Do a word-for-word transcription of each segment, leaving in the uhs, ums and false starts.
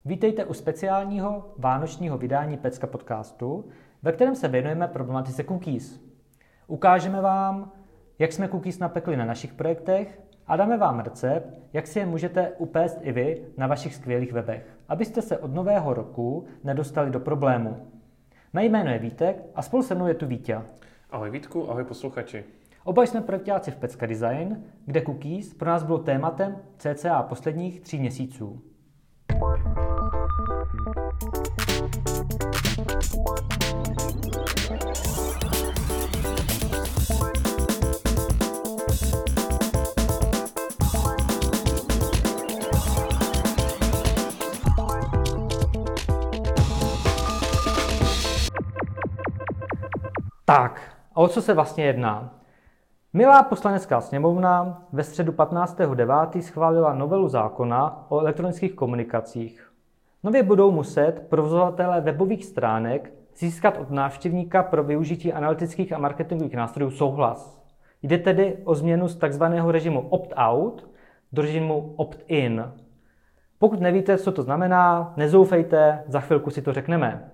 Vítejte u speciálního vánočního vydání Pecka podcastu, ve kterém se věnujeme problematice cookies. Ukážeme vám, jak jsme cookies napekli na našich projektech a dáme vám recept, jak si je můžete upéct i vy na vašich skvělých webech, abyste se od nového roku nedostali do problému. Mé jméno je Vítek a spolu se mnou je tu Vítě. Ahoj Vítku, ahoj posluchači. Oba jsme projektáci v Pecka Design, kde cookies pro nás bylo tématem cca posledních tří měsíců. Tak, a o co se vlastně jedná? Milá Poslanecká sněmovna ve středu patnáctého devátého schválila novelu zákona o elektronických komunikacích. Nově budou muset provozovatelé webových stránek získat od návštěvníka pro využití analytických a marketingových nástrojů souhlas. Jde tedy o změnu z takzvaného režimu opt-out do režimu opt-in. Pokud nevíte, co to znamená, nezoufejte, za chvilku si to řekneme.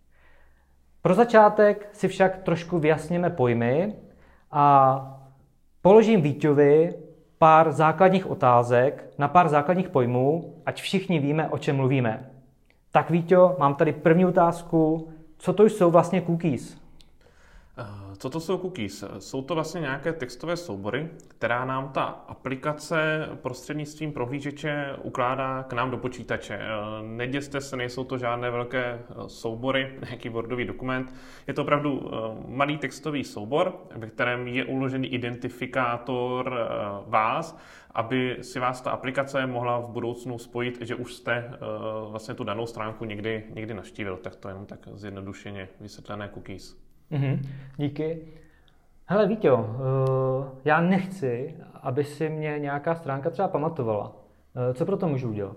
Pro začátek si však trošku vyjasněme pojmy a položím Víťovi pár základních otázek na pár základních pojmů, ať všichni víme, o čem mluvíme. Tak Víťo, mám tady první otázku. Co to jsou vlastně cookies? Co to jsou cookies? Jsou to vlastně nějaké textové soubory, která nám ta aplikace prostřednictvím prohlížeče ukládá k nám do počítače. Neděste se, nejsou to žádné velké soubory, nějaký Wordový dokument. Je to opravdu malý textový soubor, ve kterém je uložený identifikátor vás, aby si vás ta aplikace mohla v budoucnu spojit, že už jste vlastně tu danou stránku někdy, někdy navštívil. Tak to jenom tak zjednodušeně vysvětlené cookies. Mhm, díky. Hele Víťo, uh, já nechci, aby si mě nějaká stránka třeba pamatovala. Uh, co pro to můžu udělat?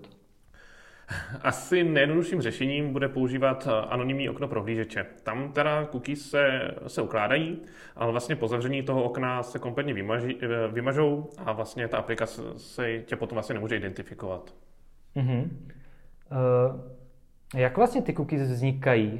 Asi nejjednodušším řešením bude používat anonymní okno prohlížeče. Tam teda cookies se, se ukládají, ale vlastně po zavření toho okna se kompletně vymaží, vymažou a vlastně ta aplikace se tě potom vlastně nemůže identifikovat. Mhm. Uh, jak vlastně ty cookies vznikají?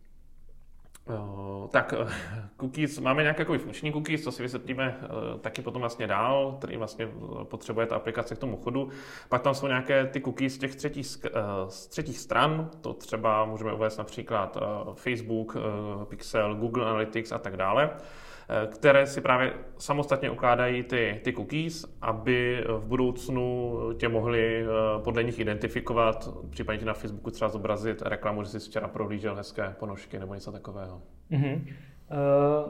Uh, tak uh, cookies, máme nějaké jako funkční cookies, to si vysvětlíme uh, taky potom vlastně dál, který vlastně potřebuje ta aplikace k tomu chodu. Pak tam jsou nějaké ty cookies z těch třetích, uh, z třetích stran, to třeba můžeme uvést například uh, Facebook, uh, Pixel, Google Analytics a tak dále, které si právě samostatně ukládají ty, ty cookies, aby v budoucnu tě mohli podle nich identifikovat, případně na Facebooku třeba zobrazit reklamu, že jsi včera prohlížel hezké ponožky nebo něco takového. Mm-hmm. Uh,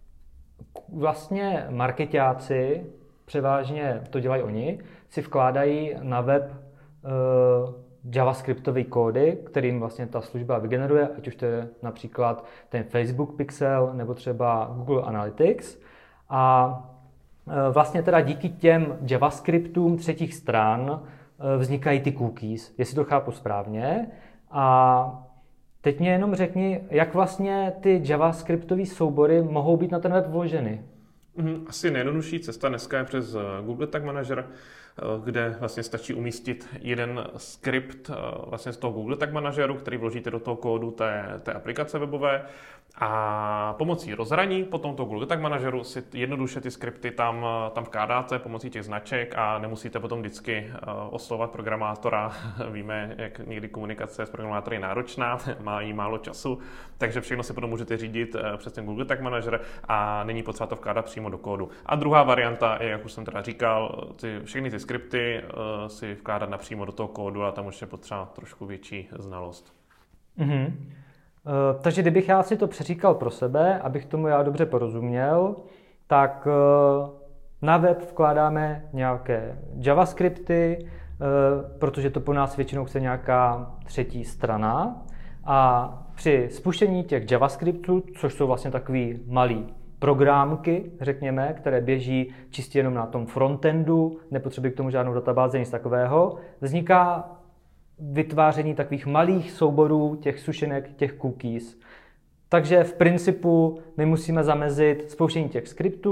vlastně marketáci, převážně to dělají oni, si vkládají na web uh, javascriptové kódy, kterým vlastně ta služba vygeneruje, ať už to je například ten Facebook Pixel nebo třeba Google Analytics. A vlastně teda díky těm javascriptům třetích stran vznikají ty cookies, jestli to chápu správně. A teď mě jenom řekni, jak vlastně ty javascriptové soubory mohou být na ten web vloženy. Asi nejjednodušší cesta dneska je přes Google Tag Manager, kde vlastně stačí umístit jeden skript vlastně z toho Google Tag Manageru, který vložíte do toho kódu té, té aplikace webové a pomocí rozhraní potom toho Google Tag Manageru si jednoduše ty skripty tam, tam vkládáte pomocí těch značek a nemusíte potom vždycky oslovovat programátora. Víme, jak někdy komunikace s programátory je náročná, má jí málo času, takže všechno si potom můžete řídit přes ten Google Tag Manager a není potřeba to vkládat přímo do kódu. A druhá varianta je, jak už jsem teda říkal, ty, všechny ty skripty uh, si vkládat napřímo do toho kódu a tam už je potřeba trošku větší znalost. Mm-hmm. Uh, takže kdybych já si to přeříkal pro sebe, abych tomu já dobře porozuměl, tak uh, na web vkládáme nějaké javascripty, uh, protože to po nás většinou chce nějaká třetí strana a při spuštění těch javascriptů, což jsou vlastně takový malý programky, řekněme, které běží čistě jenom na tom frontendu, nepotřebují k tomu žádnou databázi, nic takového, vzniká vytváření takových malých souborů těch sušenek, těch cookies. Takže v principu my musíme zamezit spouštění těch skriptů,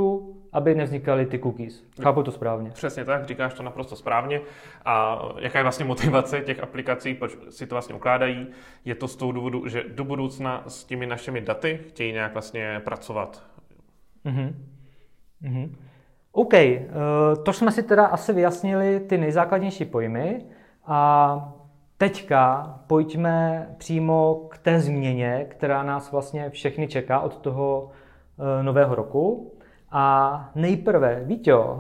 aby nevznikaly ty cookies. Chápu to správně. Přesně tak, říkáš to naprosto správně. A jaká je vlastně motivace těch aplikací, proč si to vlastně ukládají? Je to z toho důvodu, že do budoucna s těmi našimi daty chtějí nějak vlastně pracovat. Mhm. Mhm. OK, to jsme si teda asi vyjasnili ty nejzákladnější pojmy a teďka pojďme přímo k té změně, která nás vlastně všechny čeká od toho nového roku. A nejprve, Víťo,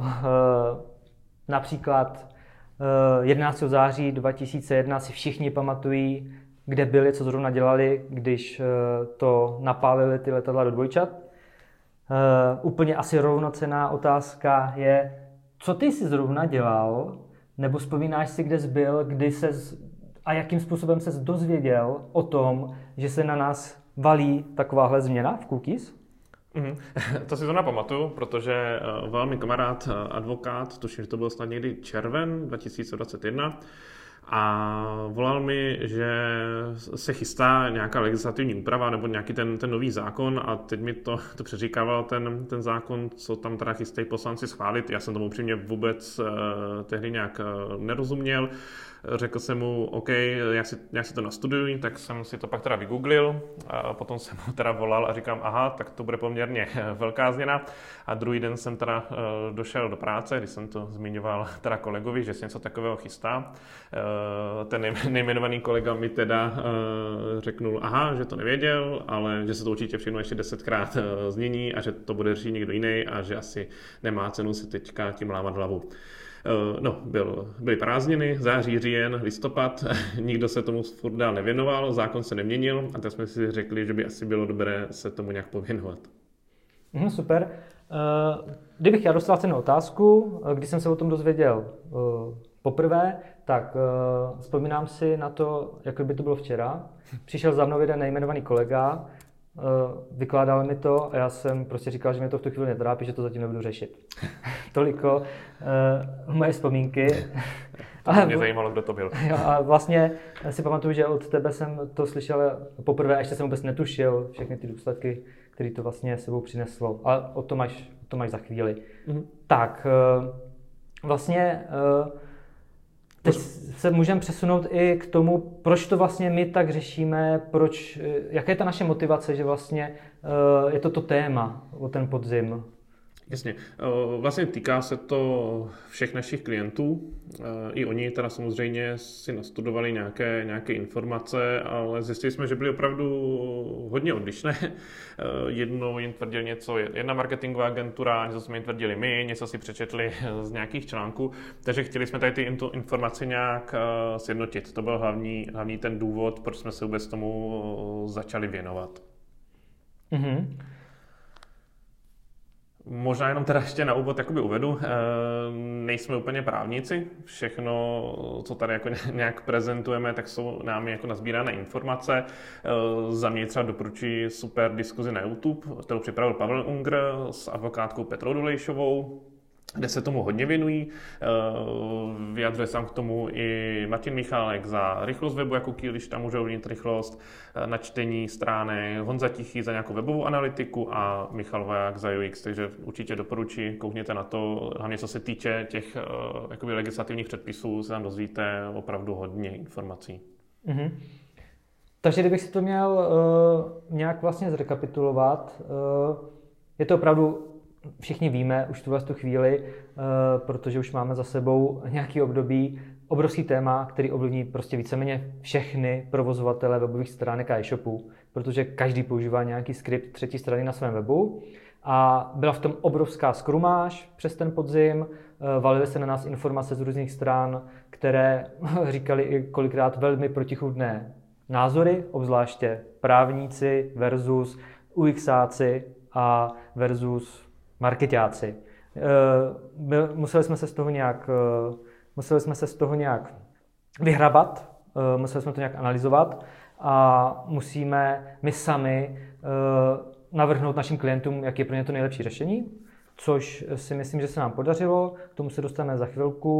například jedenáctého září dva tisíce jedna si všichni pamatují, kde byli, co zrovna dělali, když to napálili ty letadla do dvojčat. Uh, úplně asi rovnocenná otázka je, co ty jsi zrovna dělal, nebo vzpomínáš si, kde jsi byl, kdy ses, a jakým způsobem ses dozvěděl o tom, že se na nás valí takováhle změna v cookies? Mm-hmm. To si zrovna pamatuju, protože uh, velmi kamarád, uh, advokát, tuším, že to byl snad někdy červen dva tisíce dvacet jedna, a volal mi, že se chystá nějaká legislativní úprava nebo nějaký ten, ten nový zákon a teď mi to, to přeříkával ten, ten zákon, co tam teda chystají poslanci schválit. Já jsem tomu upřímně vůbec uh, tehdy nějak uh, nerozuměl. Řekl jsem mu, OK, já si, já si to nastuduji, tak jsem si to pak teda vygooglil a potom jsem mu teda volal a říkám, aha, tak to bude poměrně velká změna. A druhý den jsem teda uh, došel do práce, když jsem to zmiňoval teda kolegovi, že se něco takového chystá. Uh, ten nejmenovaný kolega mi teda uh, řeknul, aha, že to nevěděl, ale že se to určitě všechno ještě desetkrát uh, změní a že to bude řešit někdo jiný a že asi nemá cenu si teďka tím lámat hlavu. No, byl, byly prázdniny, září, říjen, listopad, nikdo se tomu furt dál nevěnoval, zákon se neměnil a tak jsme si řekli, že by asi bylo dobré se tomu nějak pověnovat. Mm, super. Kdybych já dostal cenu otázku, když jsem se o tom dozvěděl poprvé, tak vzpomínám si na to, jako by to bylo včera. Přišel za mnou jeden nejmenovaný kolega, vykládal mi to a já jsem prostě říkal, že mě to v tu chvíli netrápí, že to zatím nebudu řešit. Toliko uh, moje vzpomínky. To mě zajímalo, kdo to byl. A vlastně si pamatuju, že od tebe jsem to slyšel poprvé a ještě jsem vůbec netušil všechny ty důsledky, které to vlastně sebou přineslo. Ale o to máš, o to máš za chvíli. Mm-hmm. Tak, uh, vlastně uh, teď se můžeme přesunout i k tomu, proč to vlastně my tak řešíme, proč, jaká je ta naše motivace, že vlastně uh, je to to téma o ten podzim. Jasně. Vlastně týká se to všech našich klientů. I oni teda samozřejmě si nastudovali nějaké, nějaké informace, ale zjistili jsme, že byly opravdu hodně odlišné. Jednou jim tvrdil něco jedna marketingová agentura, něco jsme jim tvrdili my, něco si přečetli z nějakých článků, takže chtěli jsme tady ty informace nějak sjednotit. To byl hlavní, hlavní ten důvod, proč jsme se vůbec tomu začali věnovat. Mm-hmm. Možná jenom teda ještě na úvod jakoby uvedu, e, nejsme úplně právníci, všechno, co tady jako nějak prezentujeme, tak jsou námi jako nazbírané informace. E, za mě třeba doporučuji super diskuzi na YouTube, kterou připravil Pavel Unger s advokátkou Petrou Dolejšovou, kde se tomu hodně věnují. Vyjadřuje sám k tomu i Martin Michálek za rychlost webu jako key, když tam může ovlivnit rychlost, na čtení stránek, Honza Tichý za nějakou webovou analytiku a Michal Vaják za U X, takže určitě doporučuji, koukněte na to, hlavně co se týče těch jakoby legislativních předpisů, se tam dozvíte opravdu hodně informací. Mm-hmm. Takže kdybych si to měl uh, nějak vlastně zrekapitulovat, uh, je to opravdu, všichni víme už tuhle tu chvíli, protože už máme za sebou nějaký období, obrovský téma, který ovlivní prostě víceméně všechny provozovatele webových stránek a e-shopů, protože každý používá nějaký skript třetí strany na svém webu a byla v tom obrovská skrumáž přes ten podzim, valily se na nás informace z různých stran, které říkali i kolikrát velmi protichůdné názory, obzvláště právníci versus UXáci a versus marketáci. Museli jsme se z toho nějak, museli jsme se z toho nějak vyhrabat, museli jsme to nějak analyzovat a musíme my sami navrhnout našim klientům, jak je pro ně to nejlepší řešení, což si myslím, že se nám podařilo, k tomu se dostaneme za chvilku.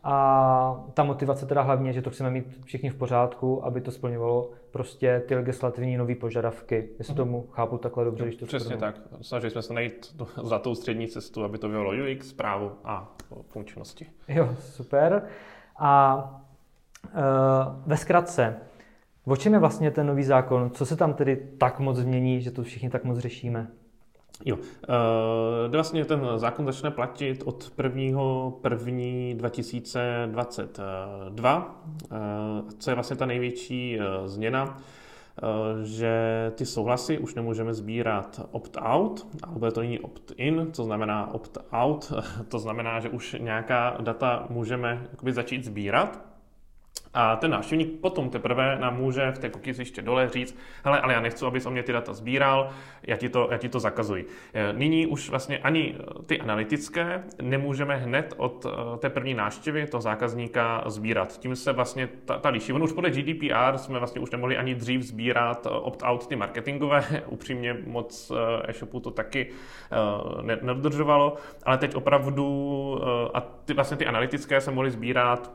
a ta motivace teda hlavně, že to chceme mít všichni v pořádku, aby to splňovalo prostě ty legislativní nové požadavky. Jestli tomu chápu takhle dobře, když to Přesně tak. Snažili jsme se najít zlatou střední cestu, aby to bylo U X, správu a funkčnosti. Jo, super. A uh, ve zkratce, o čem je vlastně ten nový zákon? Co se tam tedy tak moc změní, že to všichni tak moc řešíme? Jo, uh, vlastně ten zákon začne platit od prvního prvního dva tisíce dvacet dva, uh, co je vlastně ta největší uh, změna, uh, že ty souhlasy už nemůžeme sbírat opt-out, ale bude to nyní opt-in, co znamená opt-out, to znamená, že už nějaká data můžeme jakoby začít sbírat. A ten návštěvník potom teprve nám může v té cookies ještě dole říct, hele, ale já nechci, abys o mě ty data sbíral, já ti to, já ti to zakazuji. Nyní už vlastně ani ty analytické nemůžeme hned od té první návštěvy toho zákazníka sbírat. Tím se vlastně ta, ta liší. On už podle G D P R jsme vlastně už nemohli ani dřív sbírat opt-out ty marketingové, upřímně moc e-shopu to taky nedodržovalo, ale teď opravdu a ty, vlastně ty analytické se mohly sbírat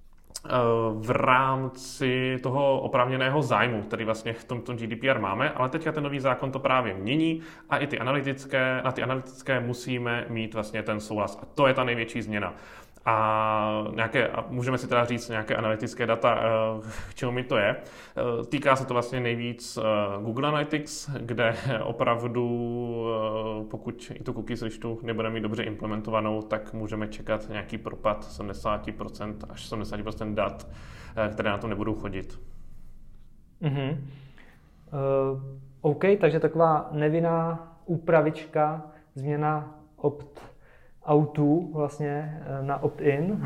v rámci toho oprávněného zájmu, který vlastně v tomto G D P R máme, ale teďka ten nový zákon to právě mění a i ty analytické, na ty analytické musíme mít vlastně ten souhlas. A to je ta největší změna. A, nějaké, a můžeme si teda říct nějaké analytické data, k čemu mi to je. Týká se to vlastně nejvíc Google Analytics, kde opravdu, pokud i tu cookies listu nebudeme mít dobře implementovanou, tak můžeme čekat nějaký propad sedmdesát procent až sedmdesát procent dat, které na to nebudou chodit. Mm-hmm. Uh, OK, takže taková nevinná úpravička, změna opt outů vlastně na opt-in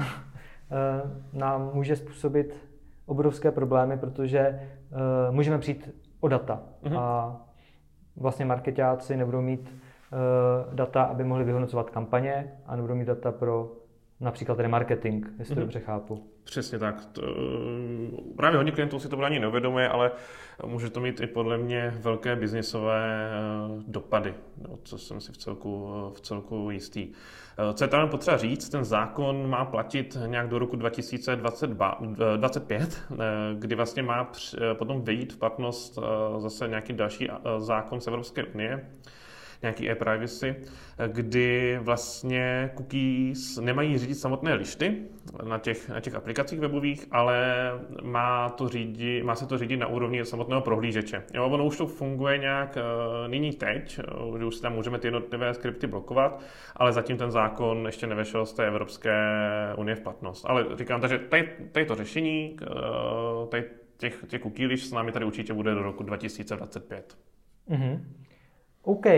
nám může způsobit obrovské problémy, protože můžeme přijít o data. Mm-hmm. A vlastně marketáci nebudou mít data, aby mohli vyhodnocovat kampaně a nebudou mít data pro například remarketing, jestli to mm-hmm. dobře chápu. Přesně tak. To, právě hodně klientů si to ani neuvědomuje, ale může to mít i podle mě velké biznisové dopady, no, co jsem si v celku, v celku jistý. Co je tam potřeba říct, ten zákon má platit nějak do roku dva tisíce dvacet pět, kdy vlastně má potom vejít v platnost zase nějaký další zákon z Evropské unie, nějaký e-privacy, kdy vlastně cookies nemají řídit samotné lišty na těch, na těch aplikacích webových, ale má, to řídit, má se to řídit na úrovni samotného prohlížeče. Jo, ono už to funguje nějak uh, nyní teď, že už si tam můžeme ty jednotlivé skripty blokovat, ale zatím ten zákon ještě nevešel z té Evropské unie v platnost. Ale říkám, takže tady, tady to řešení, uh, tady těch, těch cookie lišt s námi tady určitě bude do roku dva tisíce dvacet pět. Mm-hmm. OK, uh,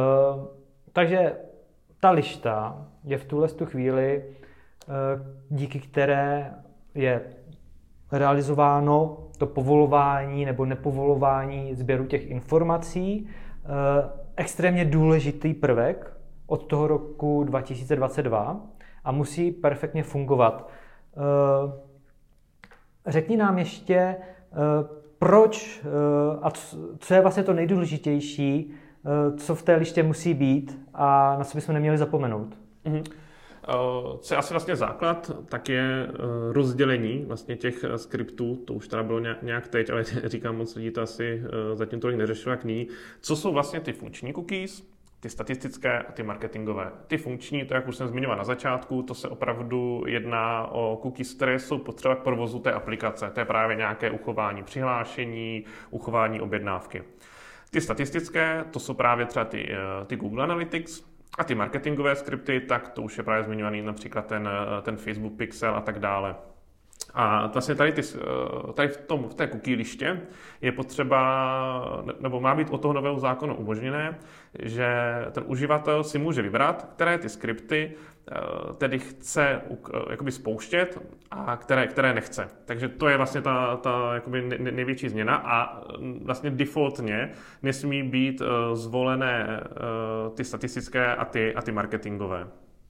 takže ta lišta je v tuhle tu chvíli, uh, díky které je realizováno to povolování nebo nepovolování sběru těch informací, uh, extrémně důležitý prvek od toho roku dva tisíce dvacet dva a musí perfektně fungovat. Uh, řekni nám ještě, uh, proč uh, a co je vlastně to nejdůležitější, co v té liště musí být a na co bychom neměli zapomenout. Mm-hmm. Co je asi vlastně základ, tak je rozdělení vlastně těch skriptů, to už teda bylo nějak teď, ale říkám, moc lidí to asi zatím tolik neřešilo jak nyní. Co jsou vlastně ty funkční cookies, ty statistické a ty marketingové. Ty funkční, to jak už jsem zmiňoval na začátku, to se opravdu jedná o cookies, které jsou potřeba k provozu té aplikace. To je právě nějaké uchování přihlášení, uchování objednávky. Ty statistické, to jsou právě třeba ty, ty Google Analytics a ty marketingové skripty, tak to už je právě zmiňovaný například ten, ten Facebook Pixel a tak dále. A vlastně tady, ty, tady v, tom, v té cookie liště je potřeba, nebo má být od toho nového zákona umožněné, že ten uživatel si může vybrat, které ty skripty tedy chce jakoby spouštět a které, které nechce. Takže to je vlastně ta, ta jakoby největší změna a vlastně defaultně nesmí být zvolené ty statistické a ty, a ty marketingové.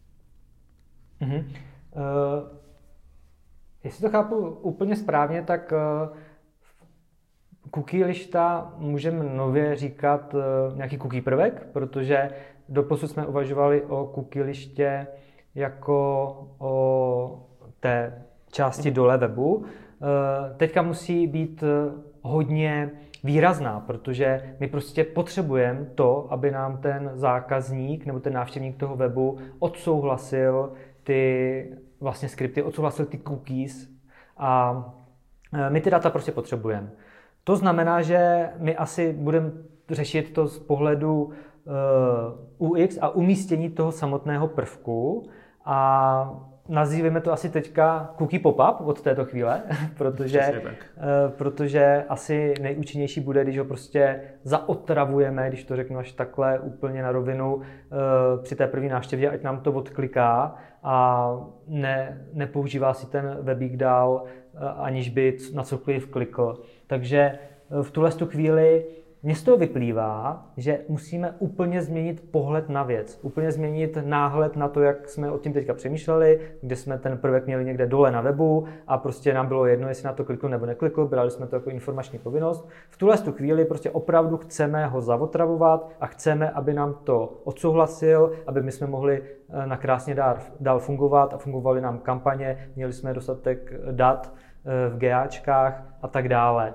Mm-hmm. Uh... Jestli to chápu úplně správně, tak cookie lišta můžeme nově říkat nějaký cookie prvek, protože doposud jsme uvažovali o cookie liště jako o té části dole webu, teďka musí být hodně výrazná, protože my prostě potřebujeme to, aby nám ten zákazník nebo ten návštěvník toho webu odsouhlasil ty vlastně skripty, odsouhlasil ty cookies a my ty data prostě potřebujeme. To znamená, že my asi budeme řešit to z pohledu U X a umístění toho samotného prvku a nazýváme to asi teďka cookie pop-up od této chvíle, protože, protože asi nejúčinnější bude, když ho prostě zaotravujeme, když to řeknu až takhle úplně na rovinu, při té první návštěvě, ať nám to odkliká a ne, nepoužívá si ten webík dál, aniž by na cokoliv klikl. Takže v tuhle chvíli mně z toho vyplývá, že musíme úplně změnit pohled na věc, úplně změnit náhled na to, jak jsme o tím teďka přemýšleli, kde jsme ten prvek měli někde dole na webu a prostě nám bylo jedno, jestli na to klikl nebo neklikl, brali jsme to jako informační povinnost. V tuhle chvíli prostě opravdu chceme ho zaotravovat a chceme, aby nám to odsouhlasil, aby my jsme mohli nakrásně dál, dál fungovat a fungovaly nám kampaně, měli jsme dostatek dat v GAčkách a tak dále.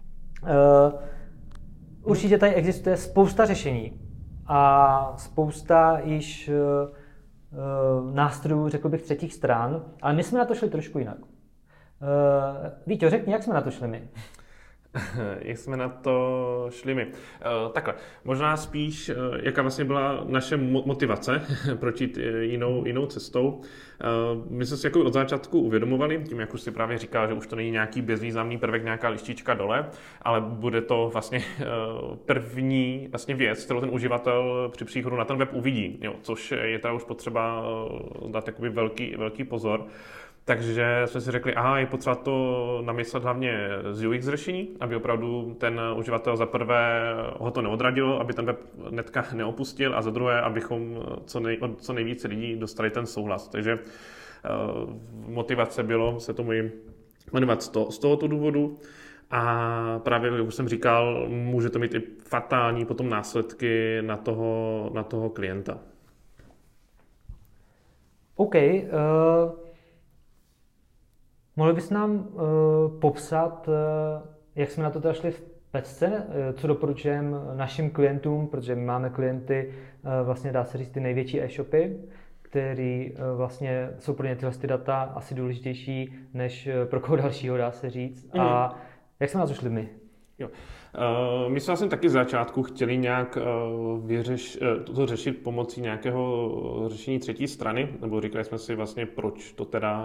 Určitě tady existuje spousta řešení a spousta již uh, nástrojů, řekl bych, třetích stran, ale my jsme na to šli trošku jinak. Uh, Víťo, řekni, jak jsme na to šli my? Jak jsme na to šli my? Uh, takhle, možná spíš, uh, jaká vlastně byla naše motivace, proč jít jinou, jinou cestou. Uh, my jsme si jako od začátku uvědomovali, tím, jak už si právě říkal, že už to není nějaký bezvýznamný prvek, nějaká lištička dole, ale bude to vlastně uh, první vlastně věc, kterou ten uživatel při příchodu na ten web uvidí, jo, což je teda už potřeba uh, dát jakoby velký, velký pozor. Takže jsme si řekli, aha, je potřeba to namyslet hlavně z U X řešení, aby opravdu ten uživatel za prvé ho to neodradilo, aby ten web netka neopustil a za druhé, abychom co, nej, co nejvíce lidí dostali ten souhlas. Takže uh, motivace bylo se tomu jmenovat z, to, z tohoto důvodu a právě, jak už jsem říkal, může to mít i fatální potom následky na toho, na toho klienta. OK. Uh... Mohli bys nám uh, popsat, uh, jak jsme na to teda šli v pecce, uh, co doporučujeme našim klientům, protože my máme klienty, uh, vlastně dá se říct ty největší e-shopy, který uh, vlastně jsou pro ně tyhle ty data asi důležitější než uh, pro koho dalšího, dá se říct. Mm. A jak jsme na to šli my? Jo. Uh, my jsme vlastně taky z začátku chtěli nějak uh, vyřeš, uh, to řešit pomocí nějakého řešení třetí strany, nebo říkali jsme si vlastně, proč to teda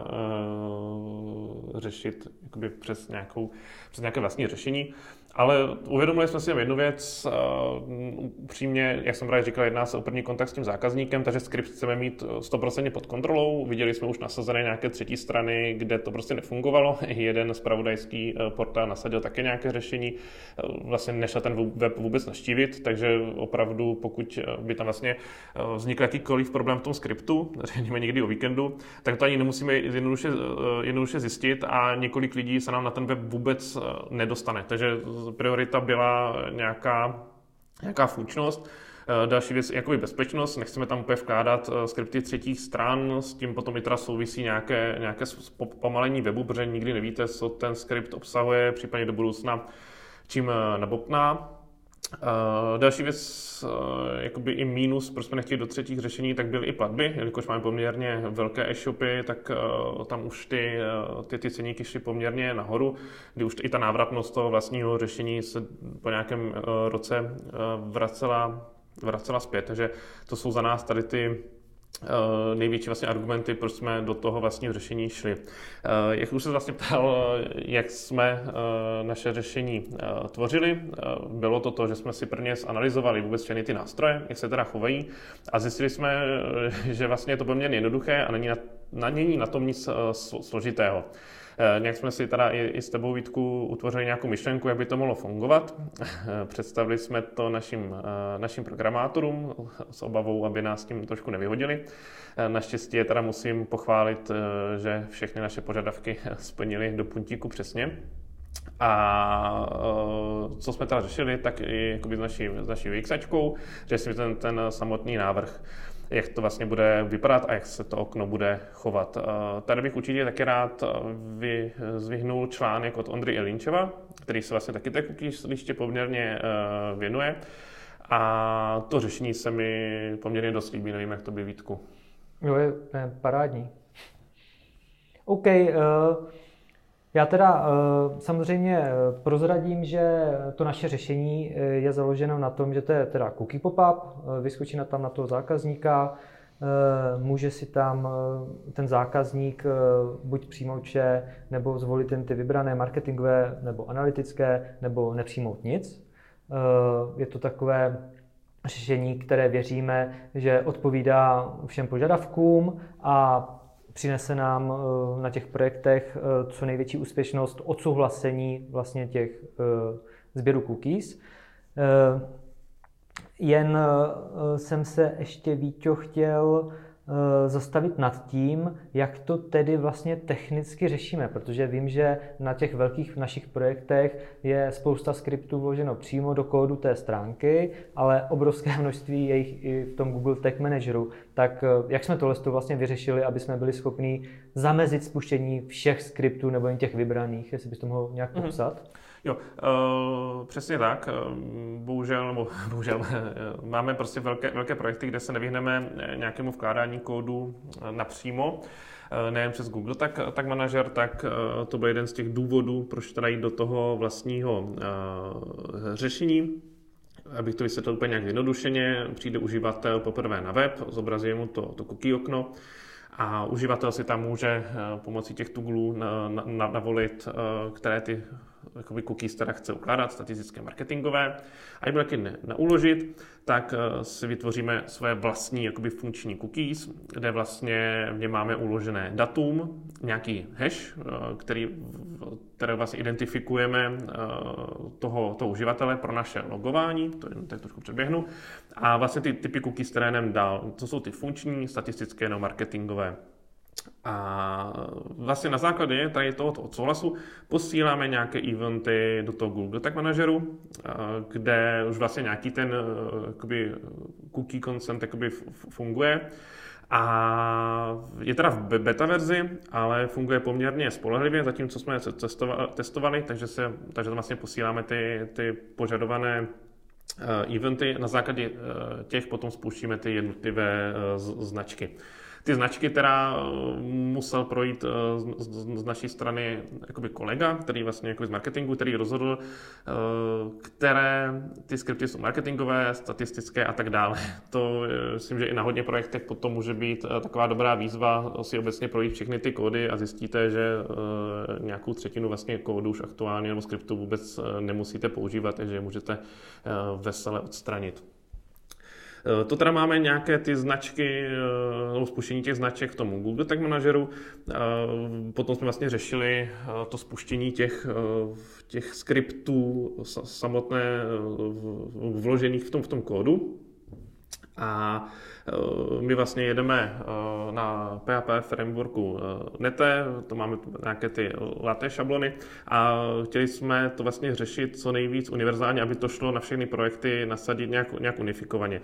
uh, řešit jakoby přes, nějakou, přes nějaké vlastní řešení. Ale uvědomili jsme si jednu věc, uh, upřímně, jak jsem právě říkal, jedná se o první kontakt s tím zákazníkem, takže skript chceme mít sto procent pod kontrolou. Viděli jsme už nasazené nějaké třetí strany, kde to prostě nefungovalo. Jeden zpravodajský portál nasadil také nějaké řešení, vlastně nešel ten web vůbec navštívit, takže opravdu, pokud by tam vlastně vznikl jakýkoliv problém v tom skriptu, řekněme někdy o víkendu, tak to ani nemusíme jednoduše, jednoduše zjistit a několik lidí se nám na ten web vůbec nedostane. Takže priorita byla nějaká, nějaká funkčnost. Další věc je jakoby bezpečnost. Nechceme tam úplně vkládat skripty třetích stran, s tím potom i teda souvisí nějaké, nějaké pomalení webu, protože nikdy nevíte, co ten skript obsahuje, případně do budoucna čím nabopná. Uh, další věc, uh, jakoby i mínus, proč jsme nechtěli do třetích řešení, tak byly i platby, jelikož máme poměrně velké e-shopy, tak uh, tam už ty, uh, ty, ty ceníky šly poměrně nahoru, kdy už i ta návratnost toho vlastního řešení se po nějakém uh, roce uh, vracela, vracela zpět, takže to jsou za nás tady ty největší vlastně argumenty, proč jsme do toho vlastního řešení šli. Jak už se vlastně ptal, jak jsme naše řešení tvořili, bylo to to, že jsme si prvně zanalyzovali vůbec všechny ty nástroje, jak se teda chovají a zjistili jsme, že vlastně je to poměrně jednoduché a není na, na, není na tom nic složitého. Nějak jsme si teda i, i s tebou, Vítku, utvořili nějakou myšlenku, jak by to mohlo fungovat. Představili jsme to našim, našim programátorům s obavou, aby nás tím trošku nevyhodili. Naštěstí je teda musím pochválit, že všechny naše požadavky splnili do puntíku přesně. A co jsme teda řešili, tak i s naší, s naší UXačkou, řešili ten, ten samotný návrh. jak to vlastně bude vypadat a jak se to okno bude chovat. Tady bych určitě taky rád vyzvihnul článek od Ondry Jelinčeva, který se vlastně taky té cookies liště poměrně věnuje. A to řešení se mi poměrně dost líbí, nevím, jak to by, Vítku. Jo, je, je parádní. OK, uh, já teda uh, samozřejmě prozradím, že to naše řešení je založeno na tom, že to je teda cookie pop-up, uh, vyskočí na tam na toho zákazníka, uh, může si tam uh, ten zákazník uh, buď přijmout nebo zvolit jen ty vybrané marketingové nebo analytické, nebo nepřijmout nic. Je to takové řešení, které věříme, že odpovídá všem požadavkům a přinese nám na těch projektech co největší úspěšnost odsouhlasení vlastně těch sběrů cookies. Jen jsem se ještě, Víťo, chtěl zastavit nad tím, jak to tedy vlastně technicky řešíme, protože vím, že na těch velkých našich projektech je spousta skriptů vloženo přímo do kódu té stránky, ale obrovské množství je jich i v tom Google Tag Manageru. Tak jak jsme tohle vlastně vyřešili, aby jsme byli schopni zamezit spuštění všech skriptů nebo jen těch vybraných, jestli bys to mohl nějak popsat? Mm-hmm. Jo, uh, přesně tak. Bohužel, nebo bohužel máme prostě velké, velké projekty, kde se nevyhneme nějakému vkládání kódu napřímo, nejen přes Google Tag, Tag Manager, tak to byl jeden z těch důvodů, proč teda jít do toho vlastního uh, řešení. Abych to vysvětlil úplně nějak jednodušeně, přijde uživatel poprvé na web, zobrazí mu to, to cookie okno, a uživatel si tam může pomocí těch tooglů navolit, které ty jakoby cookies teda chce ukládat, statistické, marketingové. A jakmile taky nauložit, tak si vytvoříme své vlastní jakoby funkční cookies, kde vlastně v něm máme uložené datum, nějaký hash, který, který vlastně identifikujeme toho, toho uživatele pro naše logování, to jen tak trošku předběhnu, a vlastně ty typy cookies, které nám dál, to jsou ty funkční, statistické nebo marketingové. A vlastně na základě tady tohoto odsouhlasu posíláme nějaké eventy do toho Google Tag Manageru, kde už vlastně nějaký ten jakoby, cookie consent jakoby funguje. A je teda v beta verzi, ale funguje poměrně spolehlivě, zatímco jsme testovali, takže, se, takže vlastně posíláme ty, ty požadované eventy. Na základě těch potom spouštíme ty jednotlivé značky. Ty značky teda musel projít z naší strany jakoby kolega, který vlastně jakoby z marketingu, který rozhodl, které ty skripty jsou marketingové, statistické a tak dále. To myslím, že i na hodně projektech potom může být taková dobrá výzva si obecně projít všechny ty kódy a zjistíte, že nějakou třetinu vlastně kódu už aktuálně nebo skriptu vůbec nemusíte používat, takže je můžete vesele odstranit. To teda máme nějaké ty značky, nebo spuštění těch značek v tomu Google Tag Manageru. Potom jsme vlastně řešili to spuštění těch, těch skriptů samotné vložených v tom, v tom kódu. A my vlastně jedeme na P H P frameworku Nete, to máme nějaké ty latte šablony a chtěli jsme to vlastně řešit co nejvíc univerzálně, aby to šlo na všechny projekty nasadit nějak, nějak unifikovaně.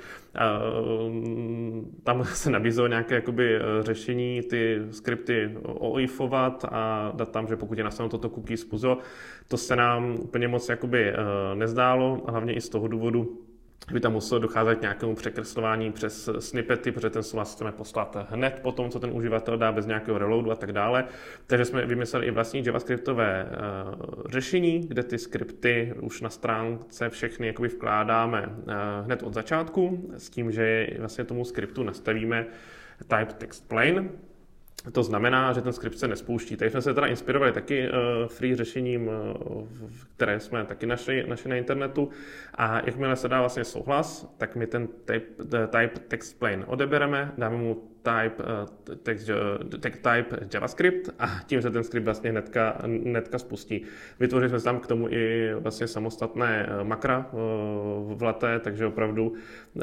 Tam se nabízelo nějaké jakoby řešení, ty skripty oifovat a dát tam, že pokud je nastaveno toto cookie spuzo, to se nám úplně moc jakoby nezdálo, hlavně i z toho důvodu, by tam muselo docházet k nějakému překreslování přes snippety, protože ten souhlas chceme poslat hned po tom, co ten uživatel dá, bez nějakého reloadu a tak dále. Takže jsme vymysleli i vlastní javascriptové uh, řešení, kde ty skripty už na stránce všechny jakoby vkládáme uh, hned od začátku, s tím, že vlastně tomu skriptu nastavíme type text plain. To znamená, že ten skript se nespouští. Tady jsme se teda inspirovali taky uh, free řešením, uh, které jsme taky našli, našli na internetu. A jakmile se dá vlastně souhlas, tak my ten type, type text plain odebereme, dáme mu type, text, text type JavaScript a tím se ten skript vlastně hnedka, hnedka spustí. Vytvořili jsme tam k tomu i vlastně samostatné makra v Latte, takže opravdu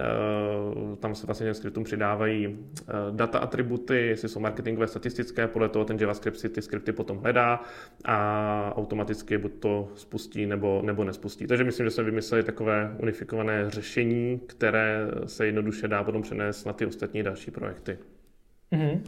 tam se vlastně těm skriptům přidávají data atributy, jestli jsou marketingové, statistické, podle toho ten JavaScript si ty skripty potom hledá a automaticky buď to spustí nebo, nebo nespustí. Takže myslím, že jsme vymysleli takové unifikované řešení, které se jednoduše dá potom přenést na ty ostatní další projekty. Mm-hmm.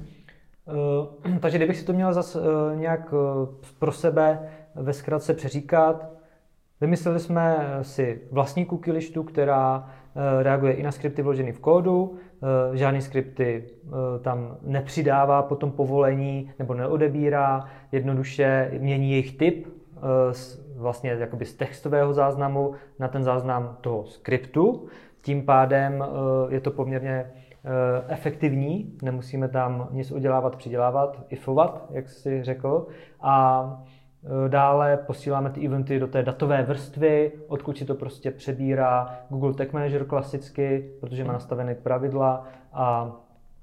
Uh, takže kdybych si to měl zase uh, nějak uh, pro sebe ve zkratce přeříkat, vymysleli jsme si vlastní cookie listu, která uh, reaguje i na skripty vložené v kódu, uh, žádný skripty uh, tam nepřidává potom povolení nebo neodebírá, jednoduše mění jejich typ uh, z, vlastně jakoby z textového záznamu na ten záznam toho skriptu. Tím pádem uh, je to poměrně efektivní, nemusíme tam nic udělávat, přidělávat, ifovat, jak jsi řekl. A dále posíláme ty eventy do té datové vrstvy, odkud si to prostě přebírá Google Tag Manager klasicky, protože má nastavené pravidla a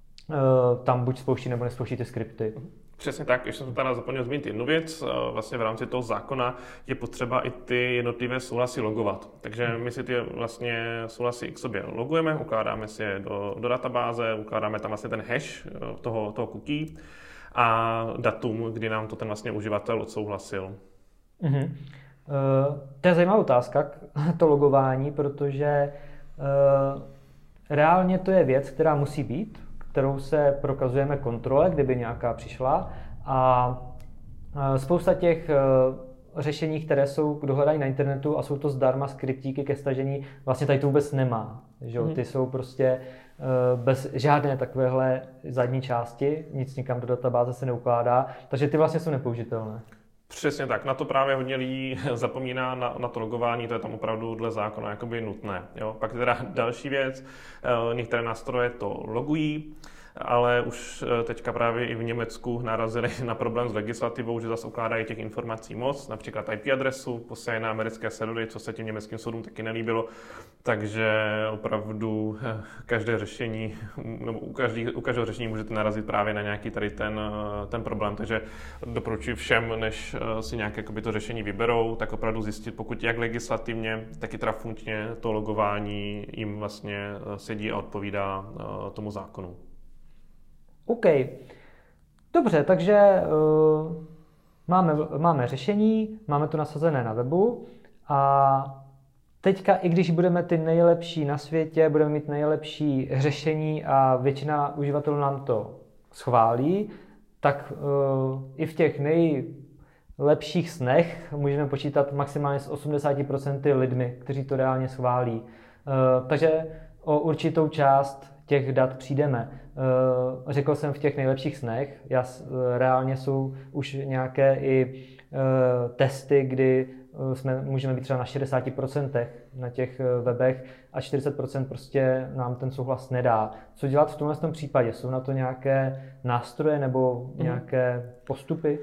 tam buď spouští nebo nespouští ty skripty. Přesně tak, ještě jsem tady zapomněl zmínit jednu věc. Vlastně v rámci toho zákona je potřeba i ty jednotlivé souhlasy logovat. Takže my si ty vlastně souhlasy k sobě logujeme, ukládáme si je do, do databáze, ukládáme tam vlastně ten hash toho, toho cookie a datum, kdy nám to ten vlastně uživatel odsouhlasil. Mm-hmm. Uh, to je zajímavá otázka, to logování, protože uh, reálně to je věc, která musí být, kterou se prokazujeme kontrole, kdyby nějaká přišla. A spousta těch řešení, které jsou k dohledání na internetu a jsou to zdarma skriptíky ke stažení, vlastně tady to vůbec nemá. Že? Mm. Ty jsou prostě bez žádné takovéhle zadní části, nic nikam do databáze se neukládá, takže ty vlastně jsou nepoužitelné. Přesně tak, na to právě hodně lidí zapomíná na, na to logování, to je tam opravdu dle zákona jakoby nutné. Jo? Pak teda další věc, některé nástroje to logují, ale už teďka právě i v Německu narazili na problém s legislativou, že zase ukládají těch informací moc, například I P adresu, posílají na americké servery, co se tím německým soudům taky nelíbilo, takže opravdu každé řešení, nebo u, každý, u každého řešení můžete narazit právě na nějaký tady ten, ten problém, takže doporučuji všem, než si nějaké jakoby, to řešení vyberou, tak opravdu zjistit, pokud jak legislativně, tak i teda funkčně to logování jim vlastně sedí a odpovídá tomu zákonu. OK. Dobře, takže uh, máme, máme řešení, máme to nasazené na webu a teďka, i když budeme ty nejlepší na světě, budeme mít nejlepší řešení a většina uživatelů nám to schválí, tak uh, i v těch nejlepších snech můžeme počítat maximálně s osmdesáti procenty lidmi, kteří to reálně schválí. Uh, takže o určitou část těch dat přijdeme. Řekl jsem v těch nejlepších snech, jas, reálně jsou už nějaké i testy, kdy jsme, můžeme být třeba na šedesáti procentech na těch webech a čtyřicet procent prostě nám ten souhlas nedá. Co dělat v tomhle tom případě? Jsou na to nějaké nástroje nebo nějaké postupy?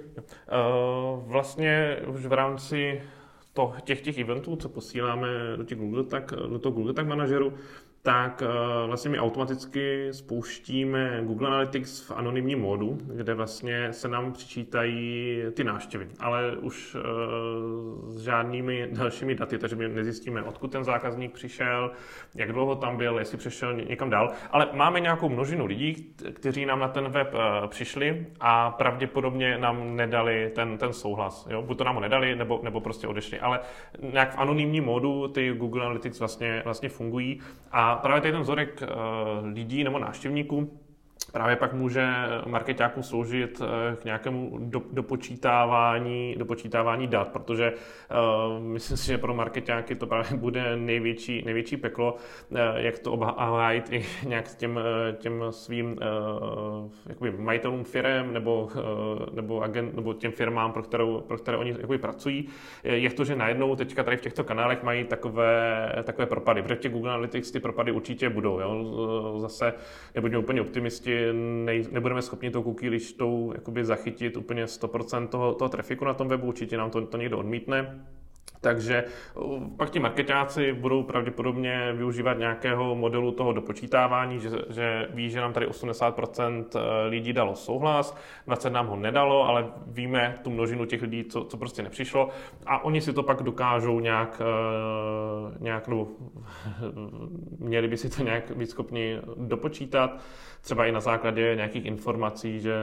Vlastně už v rámci to, těch, těch eventů, co posíláme do těch Google, tak, do toho Google Tag Manageru, tak vlastně my automaticky spouštíme Google Analytics v anonymním módu, kde vlastně se nám přičítají ty návštěvy, ale už s žádnými dalšími daty, takže my nezjistíme, odkud ten zákazník přišel, jak dlouho tam byl, jestli přišel někam dál, ale máme nějakou množinu lidí, kteří nám na ten web přišli a pravděpodobně nám nedali ten, ten souhlas. Jo? Buď to nám ho nedali, nebo, nebo prostě odešli, ale nějak v anonymním módu ty Google Analytics vlastně, vlastně fungují a právě tady ten vzorek lidí nebo návštěvníků právě pak může markeťákům sloužit k nějakému do, dopočítávání, dopočítávání dat, protože uh, myslím si, že pro markeťáky to právě bude největší, největší peklo, uh, jak to obhájit i nějak těm, těm svým uh, jakoby majitelům firem nebo, uh, nebo, agent, nebo těm firmám, pro, kterou, pro které oni jakoby pracují. Je to, že najednou teďka tady v těchto kanálech mají takové, takové propady, protože v těch Google Analytics ty propady určitě budou. Jo? Zase nebudeme úplně optimisti, Nej, nebudeme schopni tou cookie listou jakoby zachytit úplně sto procent toho, toho trafiku na tom webu, určitě nám to, to někdo odmítne. Takže pak ti marketáci budou pravděpodobně využívat nějakého modelu toho dopočítávání, že, že ví, že nám tady osmdesát procent lidí dalo souhlas, dvacet procent nám ho nedalo, ale víme tu množinu těch lidí, co, co prostě nepřišlo a oni si to pak dokážou nějak, nějak no, měli by si to nějak být schopni dopočítat, třeba i na základě nějakých informací, že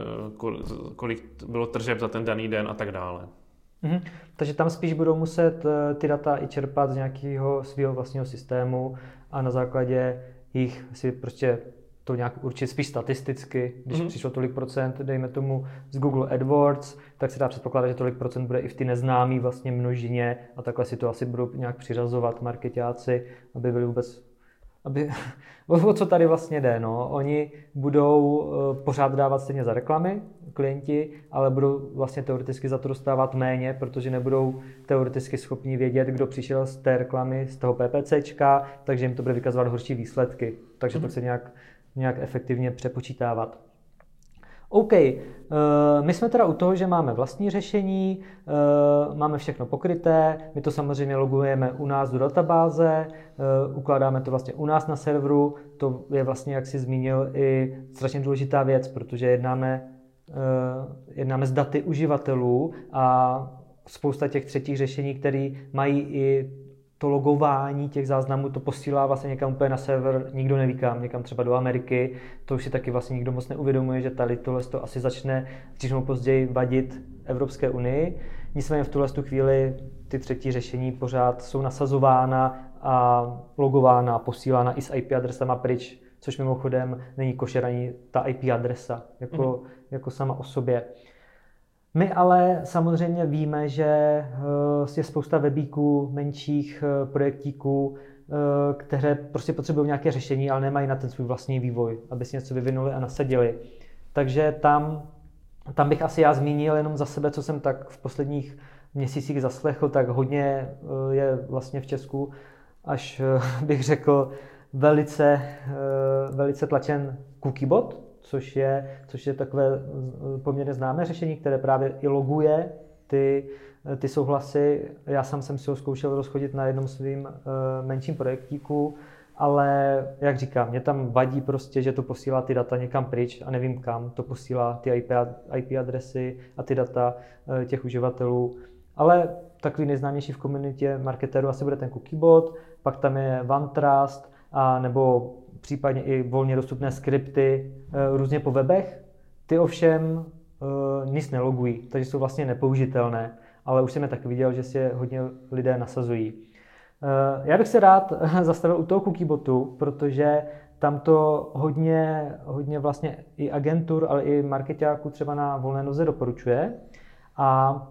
kolik bylo tržeb za ten daný den a tak dále. Mhm. Takže tam spíš budou muset ty data i čerpat z nějakého svého vlastního systému a na základě jich si prostě to nějak určit spíš statisticky. Když mm-hmm. přišlo tolik procent, dejme tomu z Google AdWords, tak se dá předpokládat, že tolik procent bude i v ty neznámý vlastně množině a takhle si to asi budou nějak přiřazovat marketáci, aby byli vůbec aby, o co tady vlastně jde, no. Oni budou pořád dávat stejně za reklamy, klienti, ale budou vlastně teoreticky za to dostávat méně, protože nebudou teoreticky schopni vědět, kdo přišel z té reklamy, z toho PPCčka, takže jim to bude vykazovat horší výsledky. Takže mm-hmm. to chce nějak, nějak efektivně přepočítávat. OK, my jsme teda u toho, že máme vlastní řešení, máme všechno pokryté, my to samozřejmě logujeme u nás do databáze, ukládáme to vlastně u nás na serveru, to je vlastně, jak jsi zmínil, i strašně důležitá věc, protože jednáme, jednáme s daty uživatelů a spousta těch třetích řešení, které mají i to logování těch záznamů, to posílá vlastně někam úplně na server, nikdo neví kam, někam třeba do Ameriky, to už si taky vlastně nikdo moc neuvědomuje, že tady tohle to asi začne dřív nebo později vadit Evropské unii. Nicméně v tuhle chvíli ty třetí řešení pořád jsou nasazována a logována, posílána i s í pé adresama pryč, což mimochodem není košer ani ta í pé adresa jako, mm. jako sama o sobě. My ale samozřejmě víme, že je spousta webíků, menších projektíků, které prostě potřebují nějaké řešení, ale nemají na ten svůj vlastní vývoj, aby si něco vyvinuli a nasadili. Takže tam, tam bych asi já zmínil jenom za sebe, co jsem tak v posledních měsících zaslechl, tak hodně je vlastně v Česku, až bych řekl, velice, velice tlačen cookiebot, což je, což je takové poměrně známé řešení, které právě i loguje ty, ty souhlasy. Já sám jsem si ho zkoušel rozchodit na jednom svým menším projektíku, ale jak říkám, mě tam vadí prostě, že to posílá ty data někam pryč a nevím kam. To posílá ty í pé adresy a ty data těch uživatelů. Ale takový nejznámější v komunitě marketerů asi bude ten cookiebot, pak tam je OneTrust a nebo případně i volně dostupné skripty různě po webech. Ty ovšem nic nelogují, takže jsou vlastně nepoužitelné, ale už jsem je tak viděl, že si je hodně lidé nasazují. Já bych se rád zastavil u toho cookiebotu, protože tam to hodně, hodně vlastně i agentur, ale i marketáků třeba na volné noze doporučuje. A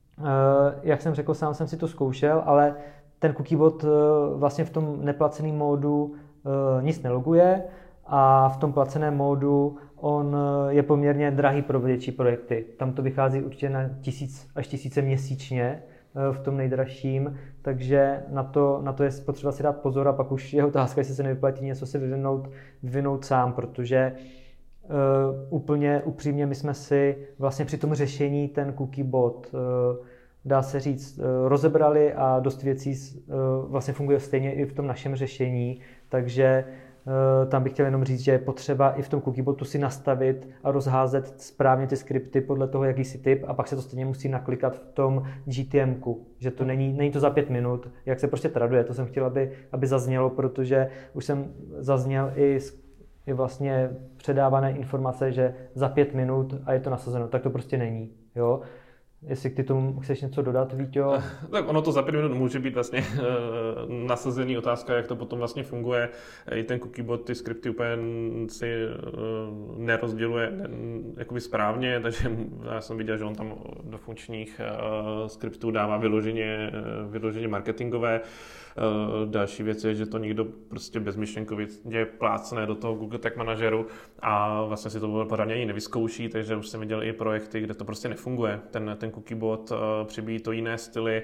jak jsem řekl, sám jsem si to zkoušel, ale ten cookiebot vlastně v tom neplaceném módu nic neloguje a v tom placeném módu on je poměrně drahý pro větší projekty. Tam to vychází určitě na tisíc až tisíce měsíčně v tom nejdražším, takže na to, na to je potřeba si dát pozor a pak už je otázka, jestli se nevyplatí něco si vyvinout, vyvinout sám, protože uh, úplně upřímně my jsme si vlastně při tom řešení ten cookiebot uh, dá se říct, rozebrali a dost věcí vlastně funguje stejně i v tom našem řešení, takže tam bych chtěl jenom říct, že je potřeba i v tom cookiebotu si nastavit a rozházet správně ty skripty podle toho, jaký si typ a pak se to stejně musí naklikat v tom G T M ku, že to není, není to za pět minut, jak se prostě traduje, to jsem chtěl, aby, aby zaznělo, protože už jsem zazněl i, i vlastně předávané informace, že za pět minut a je to nasazeno, tak to prostě není, jo. Jestli ty tomu chceš něco dodat, Víťo? Tak ono to za pět minut může být vlastně nasazený, otázka, jak to potom vlastně funguje. I ten cookiebot ty skripty úplně si nerozděluje jakoby správně, takže já jsem viděl, že on tam do funkčních skriptů dává vyloženě, vyloženě marketingové. Další věc je, že to někdo prostě bezmyšlenkově plácne do toho Google Tag Manageru a vlastně si to pořádně ani nevyzkouší, takže už jsem viděl i projekty, kde to prostě nefunguje. Ten, ten cookiebot přibíjí to jiné styly,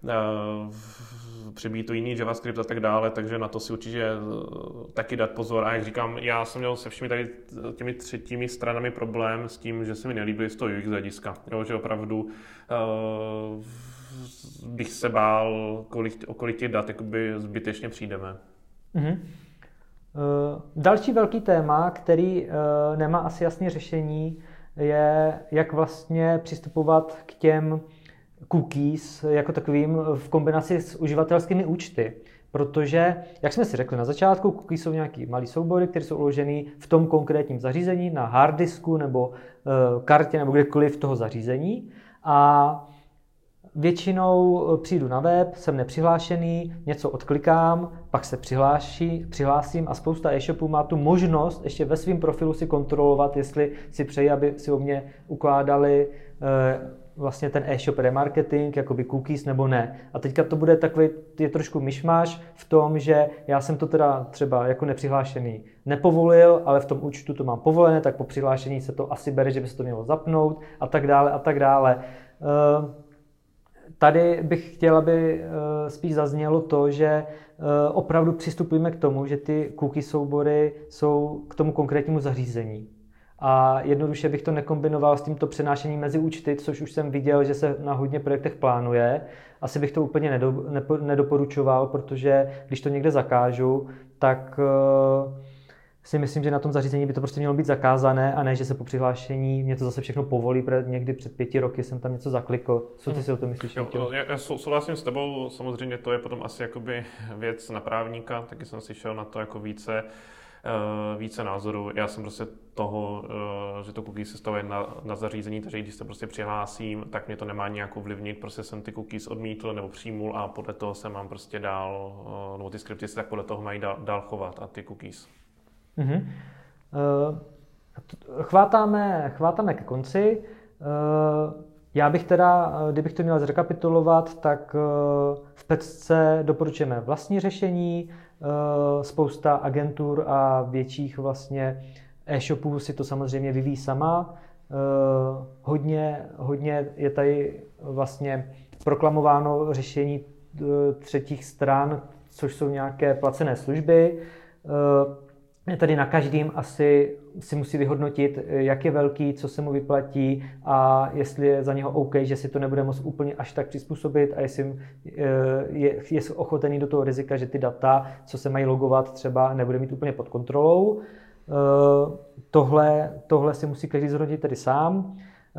přibíjí to jiný JavaScript a tak dále, takže na to si určitě taky dát pozor. A jak říkám, já jsem měl se všemi tady těmi třetími stranami problém s tím, že se mi nelíbily z toho U X hlediska, jo, že opravdu bych se bál, kolik, o kolik těch dat jakoby zbytečně přijdeme. Mm-hmm. Další velký téma, který nemá asi jasné řešení, je, jak vlastně přistupovat k těm cookies jako takovým v kombinaci s uživatelskými účty. Protože, jak jsme si řekli na začátku, cookies jsou nějaký malý soubory, které jsou uloženy v tom konkrétním zařízení, na hard disku nebo kartě nebo kdekoliv toho zařízení. A většinou přijdu na web, jsem nepřihlášený, něco odklikám, pak se přihláší, přihlásím a spousta e-shopů má tu možnost ještě ve svém profilu si kontrolovat, jestli si přeji, aby si o mě ukládali eh, vlastně ten e-shop remarketing, jakoby cookies nebo ne. A teďka to bude takový, je trošku myšmaš v tom, že já jsem to teda třeba jako nepřihlášený nepovolil, ale v tom účtu to mám povolené, tak po přihlášení se to asi bere, že by se to mělo zapnout a tak dále a tak dále. Eh, Tady bych chtěl, aby spíš zaznělo to, že opravdu přistupujeme k tomu, že ty cookie soubory jsou k tomu konkrétnímu zařízení. A jednoduše bych to nekombinoval s tímto přenášením mezi účty, což už jsem viděl, že se na hodně projektech plánuje. Asi bych to úplně nedo, nepo, nedoporučoval, protože když to někde zakážu, tak si myslím, že na tom zařízení by to prostě mělo být zakázané a ne, že se po přihlášení mě to zase všechno povolí, protože někdy před pěti roky jsem tam něco zaklikl. Co ty si o tom myslíš? Jo, já, já souhlasím s tebou, samozřejmě to je potom asi jakoby věc na právníka, taky jsem si šel na to jako více, uh, více názorů. Já jsem prostě toho, uh, že to cookies se stavuje na, na zařízení, takže když se prostě přihlásím, tak mě to nemá nějak ovlivnit, prostě jsem ty cookies odmítl nebo přijmul a podle toho se mám prostě dál, uh, nebo ty skripty se tak podle toho mají dál, dál chovat a ty cookies. Mm-hmm. Chvátáme, chvátáme ke konci. Já bych teda, kdybych to měl zrekapitulovat, tak v Pecce doporučujeme vlastní řešení. Spousta agentur a větších vlastně e-shopů si to samozřejmě vyvíjí sama. Hodně, hodně je tady vlastně proklamováno řešení třetích stran, což jsou nějaké placené služby. Tady na každém asi si musí vyhodnotit, jak je velký, co se mu vyplatí a jestli je za něho OK, že si to nebude moct úplně až tak přizpůsobit a jestli je, je ochotený do toho rizika, že ty data, co se mají logovat, třeba nebude mít úplně pod kontrolou. Tohle, tohle si musí každý zhodnotit tedy sám.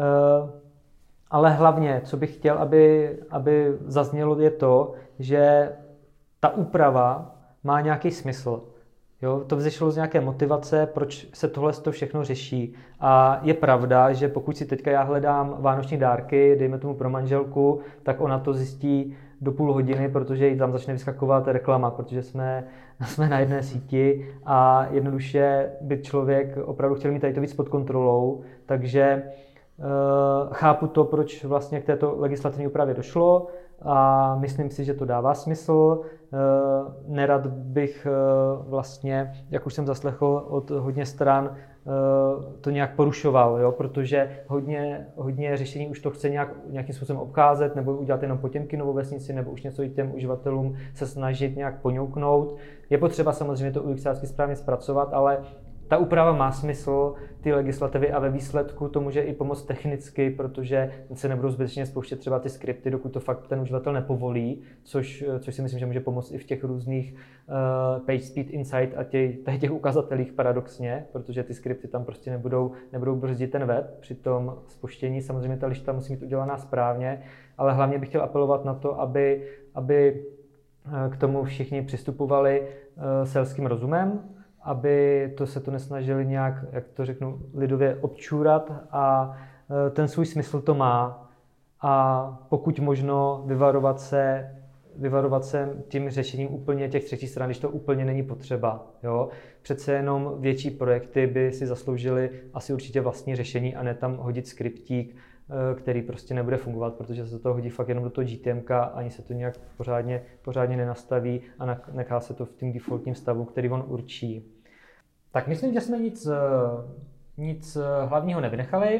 Ale hlavně, co bych chtěl, aby, aby zaznělo, je to, že ta úprava má nějaký smysl. Jo, to vzešlo z nějaké motivace, proč se tohle to všechno řeší. A je pravda, že pokud si teďka já hledám vánoční dárky, dejme tomu pro manželku, tak ona to zjistí do půl hodiny, protože jí tam začne vyskakovat reklama, protože jsme, jsme na jedné síti a jednoduše by člověk opravdu chtěl mít tady to víc pod kontrolou. Takže uh, chápu to, proč vlastně k této legislativní úpravě došlo. A myslím si, že to dává smysl. Nerad bych vlastně, jak už jsem zaslechl od hodně stran, to nějak porušoval, jo? Protože hodně, hodně řešení už to chce nějak, nějakým způsobem obcházet nebo udělat jenom Potěmkinovu vesnici nebo už něco i těm uživatelům se snažit nějak poňouknout. Je potřeba samozřejmě to UXářsky správně zpracovat, ale ta úprava má smysl, ty legislativy a ve výsledku to může i pomoct technicky, protože se nebudou zbytečně spouštět třeba ty skripty, dokud to fakt ten uživatel nepovolí, což, což si myslím, že může pomoct i v těch různých uh, page speed insight a těch, těch ukazatelích paradoxně, protože ty skripty tam prostě nebudou, nebudou brzdit ten web při tom spuštění. Samozřejmě ta lišta musí být udělaná správně, ale hlavně bych chtěl apelovat na to, aby, aby k tomu všichni přistupovali uh, selským rozumem, aby to se to nesnažili nějak, jak to řeknu, lidově občůrat a ten svůj smysl to má. A pokud možno vyvarovat se, vyvarovat se tím řešením úplně těch třetích stran, když to úplně není potřeba. Jo? Přece jenom větší projekty by si zasloužily asi určitě vlastní řešení a ne tam hodit skriptík, který prostě nebude fungovat, protože se to hodí fakt jenom do toho G T M ka, ani se to nějak pořádně, pořádně nenastaví a nechá se to v tím defaultním stavu, který on určí. Tak myslím, že jsme nic, nic hlavního nevynechali.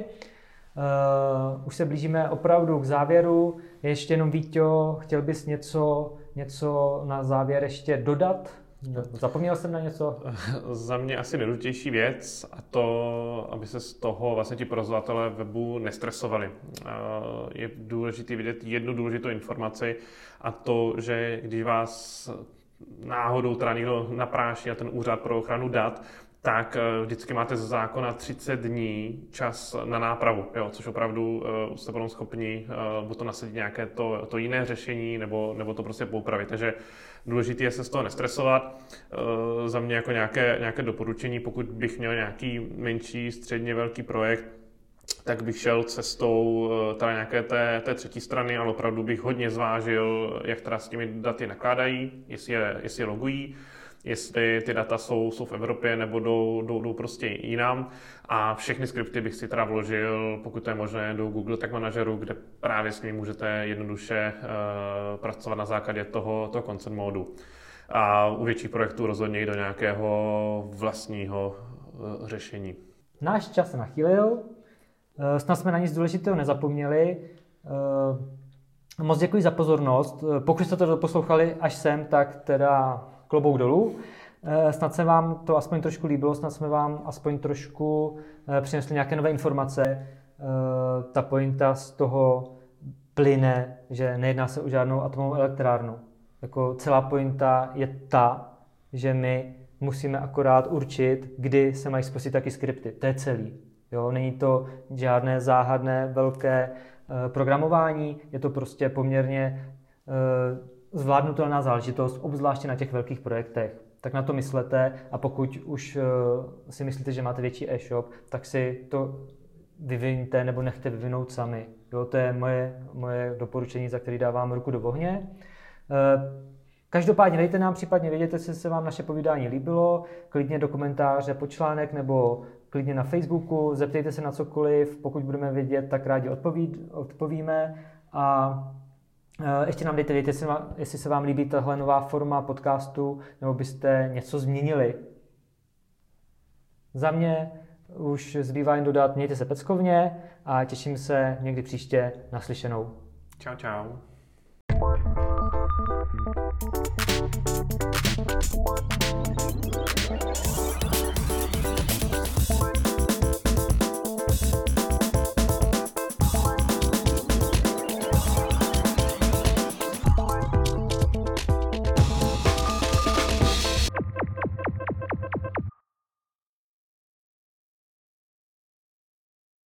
Uh, už se blížíme opravdu k závěru. Ještě jenom, Víťo, chtěl bys něco, něco na závěr ještě dodat Zapomněl jsem na něco? Za mě asi nejdůležitější věc a to, aby se z toho vlastně ti provozovatelé webu nestresovali. Je důležité vidět jednu důležitou informaci a to, že když vás náhodou teda někdo napráší na ten úřad pro ochranu dat, tak vždycky máte ze zákona třicet dní čas na nápravu, jo, což opravdu uh, jste potom schopni uh, buď to nasadit nějaké to, to jiné řešení, nebo, nebo to prostě poupravit. Takže důležité je se z toho nestresovat. Uh, za mě jako nějaké, nějaké doporučení, pokud bych měl nějaký menší, středně velký projekt, tak bych šel cestou teda nějaké té, té třetí strany, ale opravdu bych hodně zvážil, jak teda s těmi daty nakládají, jestli je, jestli je logují, jestli ty data jsou, jsou v Evropě nebo jdou, jdou, jdou prostě jinam. A všechny skripty bych si teda vložil, pokud to je možné, do Google Tag Manageru, kde právě s ním můžete jednoduše uh, pracovat na základě toho, toho consent módu. A u větších projektů rozhodně i do nějakého vlastního uh, řešení. Náš čas se nachýlil, uh, snad jsme na nic důležitého nezapomněli. Uh, moc děkuji za pozornost. Uh, pokud jste to doposlouchali až sem, tak teda klobouk dolů. Snad se vám to aspoň trošku líbilo, snad jsme vám aspoň trošku přinesli nějaké nové informace. Ta pointa z toho plyne, že nejedná se o žádnou atomovou elektrárnu. Jako celá pointa je ta, že my musíme akorát určit, kdy se mají spustit taky skripty. To je celý. Jo? Není to žádné záhadné velké programování, je to prostě poměrně zvládnutelná záležitost, obzvláště na těch velkých projektech. Tak na to myslete a pokud už si myslíte, že máte větší e-shop, tak si to vyviňte nebo nechte vyvinout sami. Jo, to je moje, moje doporučení, za který dávám ruku do ohně. Každopádně dejte nám případně vědět, jestli se vám naše povídání líbilo, klidně do komentáře pod článek nebo klidně na Facebooku, zeptejte se na cokoliv, pokud budeme vědět, tak rádi odpoví, odpovíme a ještě nám dejte vědět, jestli se vám líbí tahle nová forma podcastu, nebo byste něco změnili. Za mě už zbývá jen dodat, mějte se peckovně a těším se někdy příště naslyšenou. Čau, čau. Thank you.